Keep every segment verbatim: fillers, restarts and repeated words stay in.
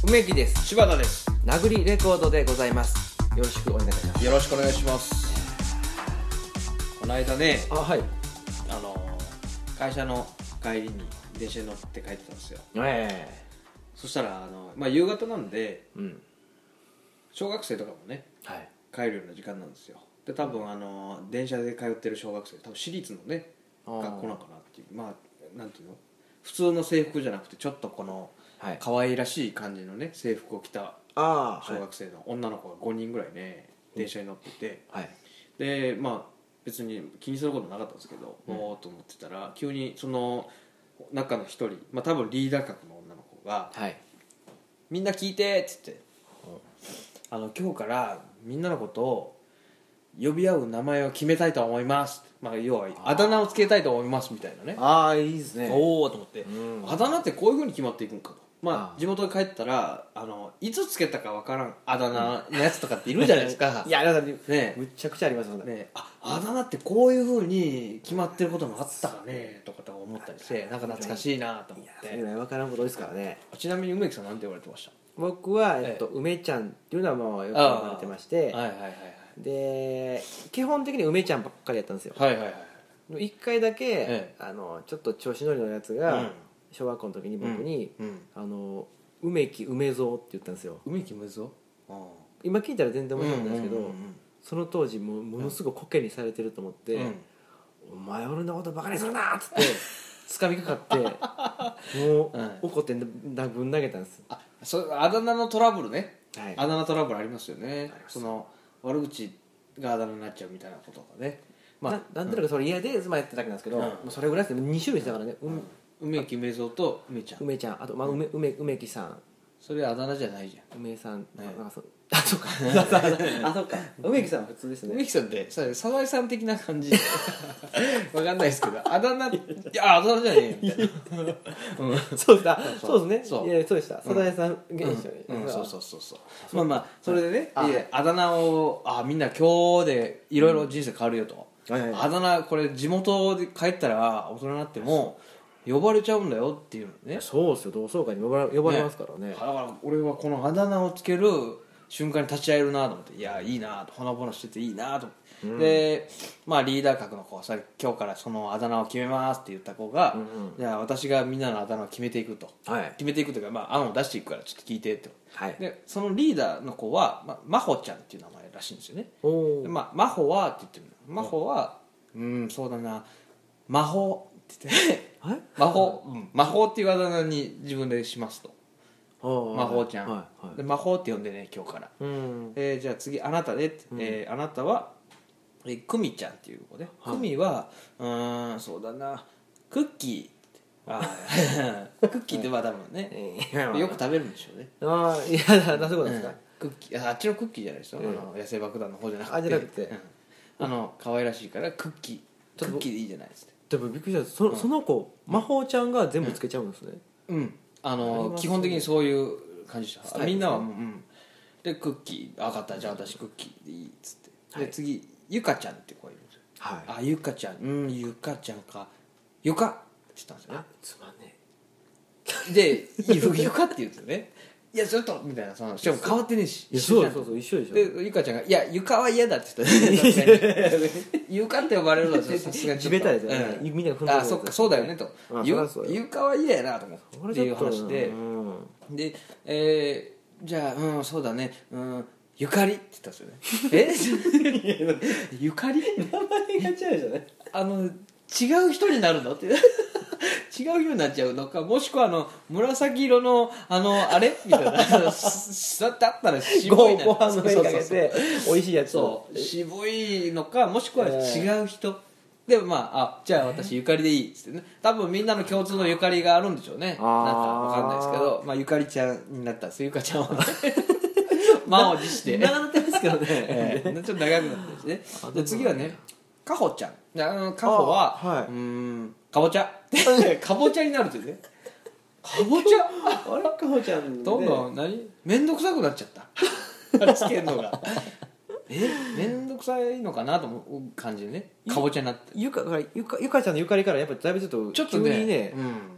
梅木です。 柴田です。 殴りレコードでございます。よろしくお願いします。 よろしくお願いします。この間ね、 あ、はい。 あの会社の帰りに電車に乗って帰ってたんですよ。 ええそしたらあの、まあ、夕方なんで、 ー、うん小学生とかもねはい帰るような時間なんですよ。で多分あの電車で通ってる小学生、多分私立のねあー学校なのかなっていう、まあなんていうの、普通の制服じゃなくてちょっとこのはい可愛らしい感じのね制服を着たあ小学生の女の子がごにんぐらいね電車に乗ってて、 はいでまあ別に気にすることなかったんですけど、 うんおーっと思ってたら急にその中の一人、まあ多分リーダー格の女の子がはい 「みんな聞いて」っつって「あの今日からみんなのことを呼び合う名前を決めたいと思います」まあ、要はあだ名をつけたいと思いますみたいなね。 ああいいですね。 おおと思って、 うんあだ名ってこういうふうに決まっていくんかと。まああ地元に帰ったらあのいつつけたかわからんあだ名のやつとかっているじゃないですかいやだからねむちゃくちゃありますよね。 ね、ああだ名ってこういうふうに決まってることもあったかねとかと思ったりしてなんか懐かしいなと思っいやそういうて。 の分からんことですからね。 ちなみに梅木さんなんて言われてまし僕は、えっとえ梅ちゃんっていうのはもうよく言われてましてた。はいはいはいで基本的に梅ちゃんばっかりやったんですよ。 はいはいはいはい一回だけ、 ええあのちょっと調子乗りのやつが、 うん小学校の時に僕にうんうん 「あの梅木梅蔵」って言ったんですよ。 梅木むぞ今聞いたら全然面白かったんですけど、 うんうんうんその当時もうものすごいコケにされてると思って「 うんお前俺のことバカにするな!」っつって掴みかかってもう、 うん怒ってなぶん投げたんです。 あそうあだ名のトラブルね、 はいあだ名トラブルありますよね。 ありますその悪口があだ名になっちゃうみたいなことがね、まあななんとなくそれ嫌で妻やってただけなんですけど、 うんもうそれぐらいですね。に種類だからね、う梅木めぞと梅ちゃん、 梅ちゃん、あと、まあ、梅梅梅木さん、 それあだ名じゃないじゃん。 梅さん、 ねなんかそうあそうかあそうか梅木さんは普通ですね。 梅木さんってそれサザエさん的な感じわかんないですけどあだ名いやあだ名じゃねえよみたいな、うん、 そうだそそううですね。 そういやそうでした。サザエさん現象に、 うん、そうそうそうそうまあまあそれでねあいやあだ名をあみんな今日でいろいろ人生変わるよと、 はいはいはいあだ名これ地元で帰ったら大人になっても呼ばれちゃうんだよっていうのね。 そうですよ。同窓会に呼ばれ呼ばれますからね。 だから俺はこのあだ名をつける瞬間に立ち会えるなと思っていやいいなとほのぼのしてていいなと思って、 うんでまあリーダー格の子はさ今日からそのあだ名を決めますって言った子が、 うんうんじゃあ私がみんなのあだ名を決めていくと、 はい決めていくというか、まあ、案を出していくからちょっと聞いてって、 はい。 でそのリーダーの子は、まあ、真帆ちゃんっていう名前らしいんですよね。 おお。 でまあ、真帆はって言ってるの。真帆はうんそうだな魔法って言ってはい。 魔法、うん、魔法っていうあだ名に自分でしますと。 魔魔法ちゃん、 はいはい。 で魔法って呼んでね今日から、 うん。 えーじゃあ次あなたで、 うんえーあなたは、えー、クミちゃんっていう子で、 はいクミはうーんそうだなクッキーあークッキーってまあ多分ね、 えーよく食べるんでしょうね。 ああいやだだそういうことですか。 うんクッキーああっちのクッキーじゃないですよ、 うんあの野生爆弾の方じゃなくてあじゃなくてうんあの可愛らしいからクッキーちょっとクッキーでいいじゃないですか。 でもびっくりした。そその子魔法ちゃんが全部つけちゃうんですね。 うんああのりますね基本的にそういう感じでした。 スタイルですねみんなはもう、うん、でクッキー分かったじゃあ私クッキーでいいっつって、 はいで次ゆかちゃんって子がいるんですよ。 はい。 あゆかちゃんうんゆかちゃんかゆかって言ったんですよねあつまんねでゆゆかって言うんですよね。いやちょっとみたいなそのしかも変わってねえしえ。いや一緒じゃんそうそうそう一緒でしょ。 でゆかちゃんが「いや床は嫌だ」って言ったら床って呼ばれるのはさすがにちょっと地べたですよね。 うんみんなが踏んでるあそっかそうだよねとあゆそりゃそうよ床は嫌やなと思ってこれっていうちょっと話でうんで、えー、じゃあうんそうだねうんゆかりって言ったんですよねえゆかり名前が違うじゃない。 あの違う人になるのって違う人になっちゃうのかもしくはあの紫色のあのあれみたいなだったら渋ごいなご飯の上にかけそうそうて美味しいやつをそう渋いのかもしくは違う人、でもまああじゃあ私ゆかりでいいっつってね多分みんなの共通のゆかりがあるんでしょうね。なんかわかんないですけど、まあ、ゆかりちゃんになったんですゆかちゃんはね満を持して長なってますけどね。 ええちょっと長くなってるしあね。で次はねかほちゃんであのかほは、 あはいうーんかぼちゃかぼちゃになるというねかぼちゃあれかほちゃんどんどん何面倒くさくなっちゃったあれつけるのがえ面倒くさいのかなと思う感じでねかぼちゃになってゆかゆかゆかちゃんのゆかりからやっぱだいぶちょっとちょっとね急にねうん、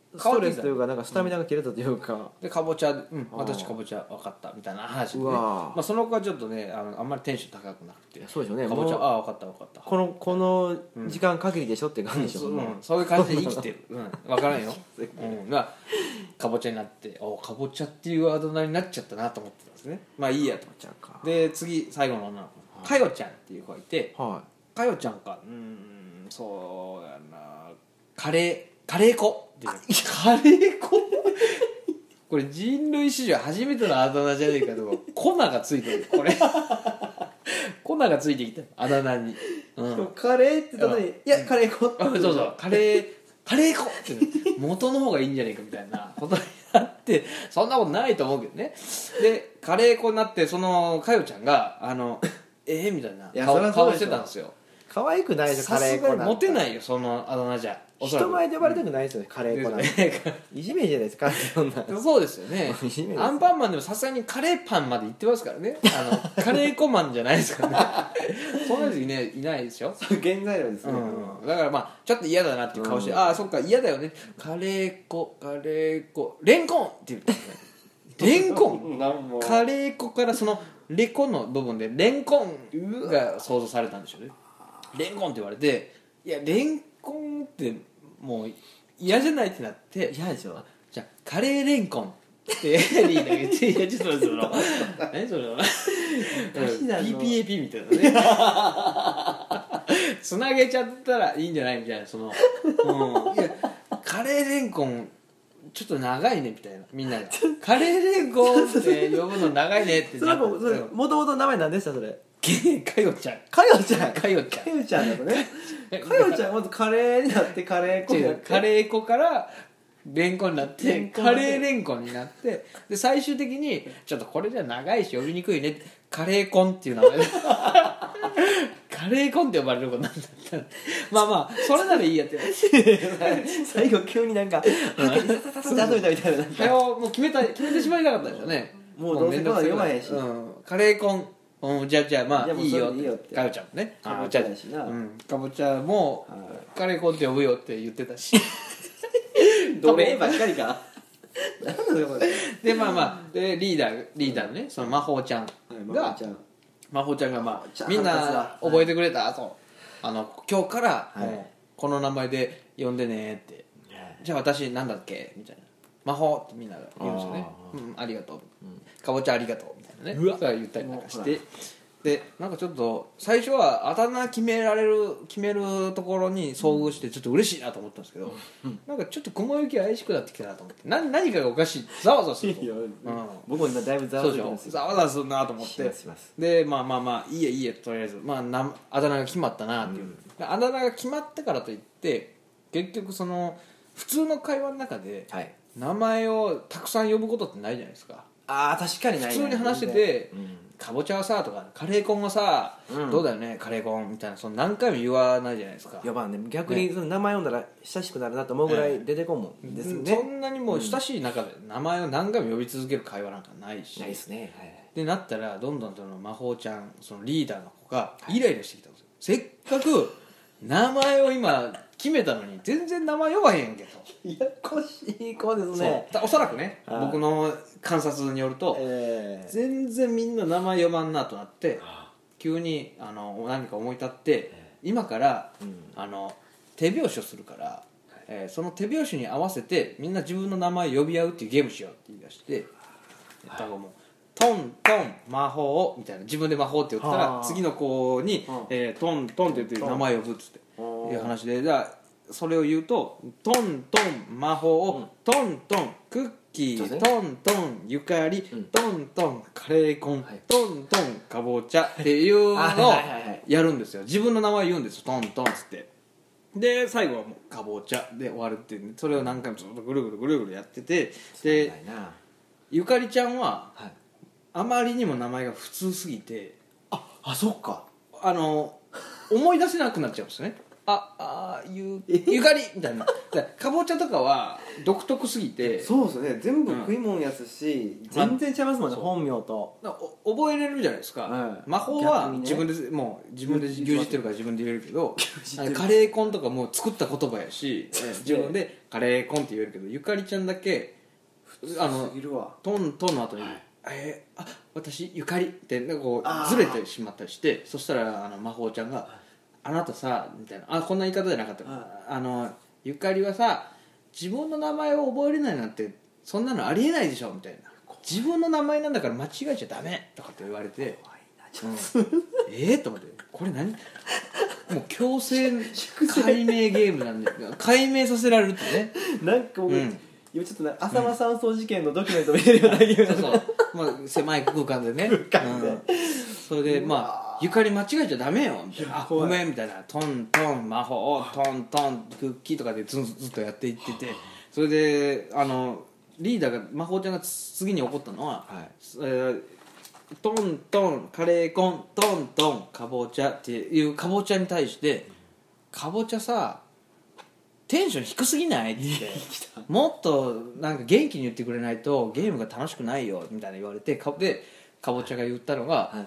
ストレスというかなんかスタミナが切れたというか、 でかぼちゃ、うんあー私かぼちゃ分かったみたいな話でね、 うわーまあ、その子はちょっとねあのあんまりテンション高くなくて、 そうでしょうねかぼちゃもうああ分かった分かったこのこの時間限りでしょって感じでしょ、 うんもうそういう感じで生きてる、うん、分からんよ、うん、まあかぼちゃになっておかぼちゃっていうあだ名になっちゃったなと思ってたんですね。まあいいやと思っちゃかぼちゃかうで次最後の女の子かよちゃんっていう子がいて、 はかよちゃんかうーんそうやなカレーカレー粉っていうカレー粉これ人類史上初めてのあだ名じゃねえかと粉がついてるこれ粉がついてきたあだ名に、うい、 ん、 カレーって言ったのに、いやカレー粉あそうそうカレーカレー粉って元の方がいいんじゃねえかみたいなことになってそんなことないと思うけどね。でカレー粉になってそのかよちゃんがあのえー、みたいないや顔顔そりゃそうでしょしてたんですよ。 可愛くないでしょさカレー粉なんてすがにモテないよそのあだ名じゃおそらく人前で呼ばれたくないですよね、カレー粉なんていじめじゃないですかそんなそうですよねいじめですアンパンマンでもさすがにカレーパンまで行ってますからねあのカレー粉マンじゃないですからねそんなやついないいないですよ、 原材料ですね、 うん、だからまあちょっと嫌だなっていう顔して、 うんああそっか嫌だよねカレー粉カレー粉レンコンって言うんですねレンコンなんもカレー粉からそのレコの部分でレンコンが想像されたんでしょうね。レンコンって言われていやレンコンってもう嫌じゃないってなって嫌でしょじゃあカレーレンコンってリーダーが言っていやちょっとその何それかしなのピーピーエーピー みたいなねつなげちゃったらいいんじゃないみたいなその、うん、いやカレーレンコンちょっと長いねみたいなみんながカレーレンコンって呼ぶの長いねってそれはもうそれもともと名前何でしたそれかよちゃんかよちゃんかよちゃんかよちゃんだとねかよちゃんまずカレーになってカレー粉になってカレー粉からレンコンになってレンコンカレーレンコンになってで最終的にちょっとこれじゃ長いし呼びにくいねってカレーコンっていう名前でカレーコンって呼ばれることになったまあまあそれならいいやって最後急になんかハケでタタタタタみたいななんかそれをもう決めた決めてしまいたかったんでしょうね。 もうどうせめんどくさいこんなん読まへんしうん、カレーコンうん、じゃあじゃあまあじゃあもういいよそれでいいよってかぼちゃもねかぼちかぼちゃゃだしなうん、かぼちゃもはいカレーコンって呼ぶよって言ってたし奴隷ばっかりかなんだよこれでまあまあでリーダーリーダーのねその魔法ちゃんが、 はいちゃん魔法ちゃんがまちゃんあみん腹立つなわ覚えてくれた、そうあの今日からはいもうこの名前で呼んでねって、じゃあ私なんだっけみたいな魔法ってみんなが言うんですよね。 あうんありがとう、かぼちゃありがとうみたいなねうわそれは言ったりなんかしもうてでなんかちょっと最初はあだ名決められる決めるところに遭遇してちょっと嬉しいなと思ったんですけど、なんかちょっと雲行き怪しくなってきたなと思って何何かがおかしいざわざわするといやうん僕も今だいぶざわそうでしょついてますよざわざわするなと思っしてますしますでまあまあまあいいやいいやとりあえず、まあ、なあだ名が決まったなっていう、であだ名が決まってからといって結局その普通の会話の中ではい名前をたくさん呼ぶことってないじゃないですか。 ああ確かにない普通に話しててうんかぼちゃはさとかカレーコンはさ、 うんどうだよねカレーコンみたいなその何回も言わないじゃないですか。 やばいね逆にその名前読んだら親しくなるなと思うぐらい出てこんもんですそねんなにもう親しい中で名前を何回も呼び続ける会話なんかないし、 ないですねはいでなったらどんどんその魔法ちゃんそのリーダーの子がイライラしてきたんですよ、せっかく名前を今決めたのに全然名前呼ばへんやんけと。 ややこしい子ですそうねだおそらくねはい僕の観察によると、 えー全然みんな名前呼ばんなとなって急にあの何か思い立って今から、 うんあの手拍子をするから、えーその手拍子に合わせてみんな自分の名前呼び合うっていうゲームしようって言い出してだからもうトントン魔法みたいな自分で魔法って言ったらはあ次の子に、 はあえートントンって言って名前呼ぶっつってはあいう話でじゃあそれを言うとトントン魔法、トントンクッキー、 そうですねトントンゆかり、 うんトントンカレーコン、 はいトントンかぼちゃっていうのをはいはいはいはいやるんですよ。自分の名前言うんですよトントンっつってで最後はもうかぼちゃで終わるっていうねそれを何回もずっとぐるぐるぐるぐるやっててでないなゆかりちゃんははいあまりにも名前が普通すぎてああそっかあの思い出せなくなっちゃうんですね。 ああゆゆかりみたいなでかぼちゃとかは独特すぎてそうですね全部食い物やつし、うん、全然違いますもんね、本名とお覚えれるじゃないですか、はい、魔法は自分で、ね、もう自分で牛耳ってるから自分で言えるけどカレーコンとかも作った言葉やし自分でカレーコンって言えるけどゆかりちゃんだけあのトントンの後に、はい、えー、あ私ゆかりってなんかこうずれてしまったりしてそしたらあの魔法ちゃんがあなたさみたいなあこんな言い方じゃなかったあのゆかりはさ自分の名前を覚えれないなんてそんなのありえないでしょみたいな自分の名前なんだから間違えちゃダメとかって言われてうん、えーと思ってこれ何もう強制解明ゲームなんで解明させられるってねなんか僕、うん今ちょっとね浅間山荘事件のドキュメントを見てるようなゲームそうそう、まあ、狭い空間でね空間で、うん、それでまあゆかり間違えちゃダメよみたいなあごめんみたいなトントン魔法トントンクッキーとかでずずっとやっていっててそれであのリーダーが魔法ちゃんが次に怒ったのは、はいえー、トントンカレーコントントンかぼちゃっていうかぼちゃに対してかぼちゃさテンション低すぎないってもっとなんか元気に言ってくれないとゲームが楽しくないよみたいな言われてかでかぼちゃが言ったのが、はい、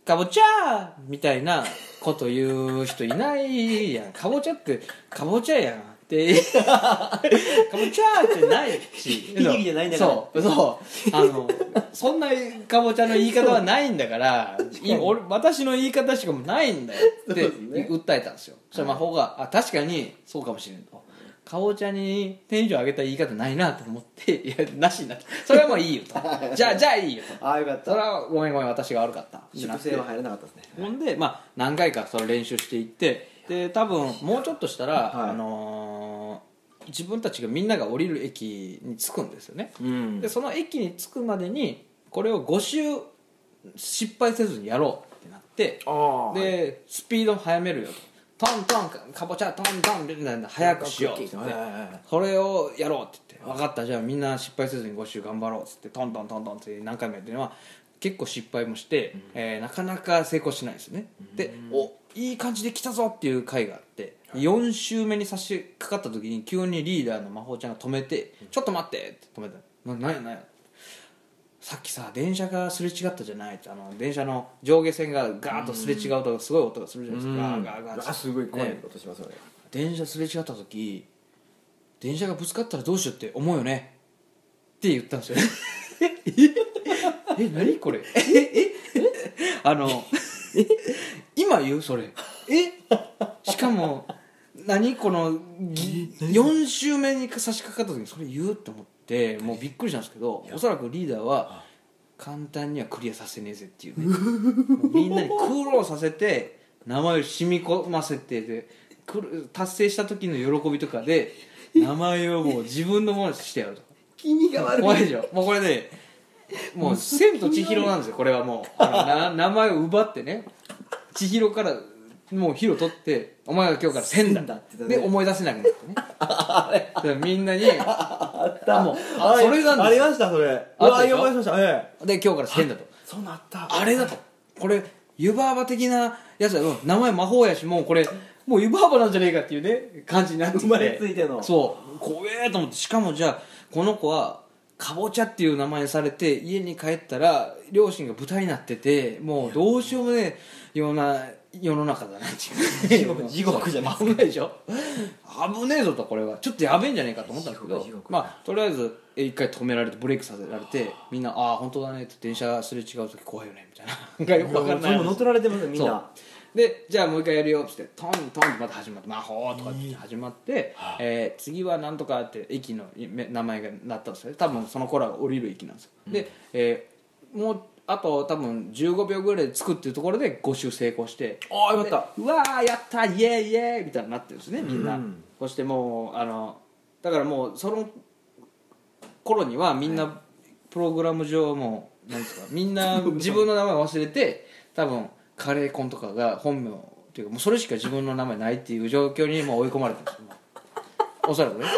かぼちゃみたいなこと言う人いないやんかぼちゃってかぼちゃやんってかぼちゃってないし悲劇じゃないんだからそうそうあのそんなかぼちゃの言い方はないんだから俺私の言い方しかもないんだよって、ね、訴えたんですよそしたら魔法があ確かにそうかもしれんとかぼちゃにテンション上げた言い方ないなと思っていやなしになったそれはもういいよとじゃあじゃあいいよとああよかったそれはごめんごめん私が悪かった粛清は入らなかったですねほんで、まあ、何回かその練習していってで多分もうちょっとしたら、はいあのー、自分たちがみんなが降りる駅に着くんですよね、うん、でその駅に着くまでにこれをご周失敗せずにやろうってなってでスピード速めるよとトントンかぼちゃトントンみたいな早くしようってそれをやろうって言って分かったじゃあみんな失敗せずにご周頑張ろうってってトントントントンって何回もやってるのは結構失敗もして、うんえー、なかなか成功しないですね、うん、でおいい感じで来たぞっていう回があってよん周目に差し掛かった時に急にリーダーの魔法ちゃんが止めて、うん、ちょっと待ってって止めたな何や何やさっきさ電車がすれ違ったじゃないあの電車の上下線がガーッとすれ違うとすごい音がするじゃないですかガーガーガーあすごい怖い音しますよね電車すれ違った時電車がぶつかったらどうしようって思うよねって言ったんですよええ何これええあの今言うそれえしかも何このよん周目に差し掛かった時にそれ言うって思ってもうびっくりしたんですけどおそらくリーダーは簡単にはクリアさせねえぜっていうねみんなに苦労させて名前を染み込ませてで達成した時の喜びとかで名前をもう自分のものにしてやると気味が悪い怖いでしょもうこれねもう千と千尋なんですよこれはもうあのな名前を奪ってね千尋からもう火を取ってお前が今日から千だって、ね、で思い出せなくなってねあれみんなにあったもうあそれなんですよありましたそれあったでしょありました、ええ、で今日から千だとそうなったあれだとこれ湯婆婆的なやつだよ名前魔法やしもうこれもう湯婆婆なんじゃねえかっていうね感じになってきて生まれついてのそう怖えと思ってしかもじゃあこの子はかぼちゃっていう名前にされて家に帰ったら両親が豚になっててもうどうしようもねえような世の中だなっていう地獄地獄じゃない危ないでしょ危ねえぞとこれはちょっとやべえんじゃねえかと思ったんですけどまあとりあえず一回止められてブレーキさせられてみんなああ本当だねって電車すれ違う時怖いよねみたいななんかよく分からないそれも乗っ取られてますねみんなでじゃあもう一回やるよっつってトントンってまた始まって魔法とかって始まって、えー、次はなんとかって駅の名前がなったんですよね多分その頃は降りる駅なんですよ、うん、で、えー、もうあと多分じゅうごびょうぐらいで着くっていうところでご周成功してああよかったうわーやったイエーイイエーイみたいになってるんですねみんな、うん、そしてもうあのだからもうその頃にはみんなプログラム上もうなんですかみんな自分の名前忘れて多分カレーコンとかが本名っていうかもうそれしか自分の名前ないっていう状況にもう追い込まれたんですよおそらくね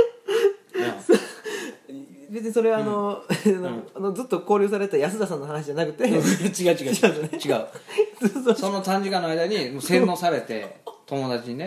別にそれはあの、うん、あのずっと交流された安田さんの話じゃなくて違う違う違う違う違うその短時間の間にもう洗脳されて友達にね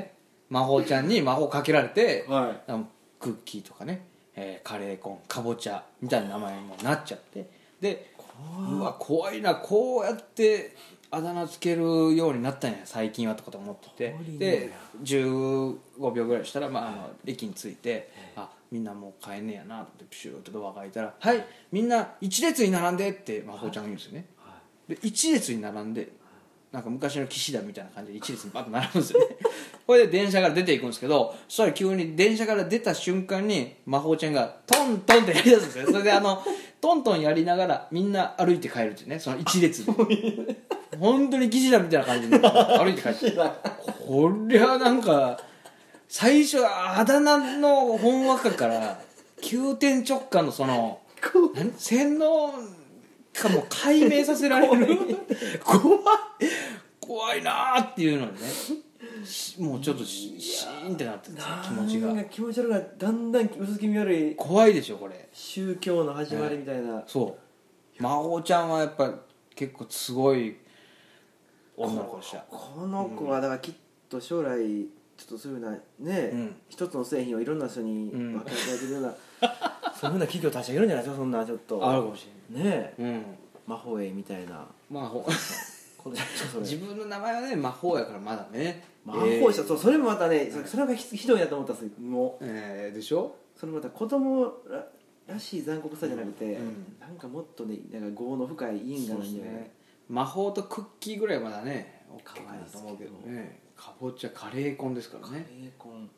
魔法ちゃんに魔法かけられて、 はあのクッキーとかね、えーカレーコンかぼちゃみたいな名前にもなっちゃって、でうわ怖いな、こうやってあだ名つけるようになったんや最近はとかと思ってて、でじゅうごびょうぐらいしたら、まあ、あの駅に着いて、あみんなもう帰んねやなと思ってプシューとドアが開いたら、はいみんな一列に並んでって魔法ちゃんが言うんですよね。で一列に並んで、なんか昔の騎士団みたいな感じで一列にバッと並ぶんですよねこれで電車から出ていくんですけど、そしたら急に電車から出た瞬間に魔法ちゃんがトントンってやりだすんですよ。それであのトントンやりながらみんな歩いて帰るっていうね、その一列で本当に騎士団みたいな感じで歩いて帰ってこりゃなんか最初あだ名のほんわかから急転直下のその洗脳かも解明させられる怖い怖いなーっていうのにね、もうちょっとシーンってなってて気持ちが気持ち悪い、だんだん薄気味悪い、 怖いでしょこれ、 宗教の始まりみたいな、 そう魔法ちゃんはやっぱ結構すごい女の子でした。 この子はだからきっと将来ちょっとそういうようなね、うん、一つの製品をいろんな人に分け与えてるような、うん、そういうふうな企業立ち上げるんじゃないですか、そんなちょっとあるかもしれないねえ、うん、魔法絵みたいな魔法自分の名前はね魔法やからまだね魔法者、えー、そうそれもまたね、それがひどいなと思ったんですよもう、 えー、でしょ、 それまた子供 ら, らしい残酷さじゃなくて、うん、なんかもっとねなんか業の深い因果なんじゃない、ね、 魔法とクッキーぐらいまだね OK かなと思うけどね、かぼちゃカレーコンですからね、 カレーコン、うん、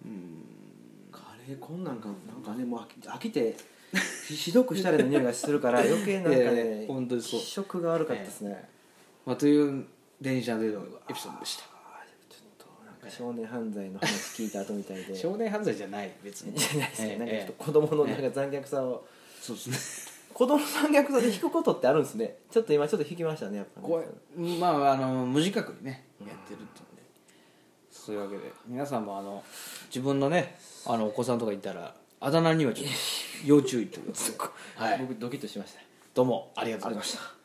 カレーコンなんかなんかねもう飽きてひどくしたれの匂いがするから余計なんかね本当にそう気色が悪かったですね、えーまあ、という電車でのエピソードでした。 ちょっとなんか少年犯罪の話聞いた後みたいで少年犯罪じゃない別にじゃないですね、えー、なんかちょっと子供のなんか残虐さを、 えー、そうですね子供の残虐さで引くことってあるんですね。ちょっと今ちょっと引きましたねやっぱね。 これまああの無自覚にねやってるっていうんで、そういうわけで皆さんもあの自分のねあのお子さんとかいたらあだ名にはちょっと要注意ということで、はい、 僕ドキッとしました。 どうもありがとうございました。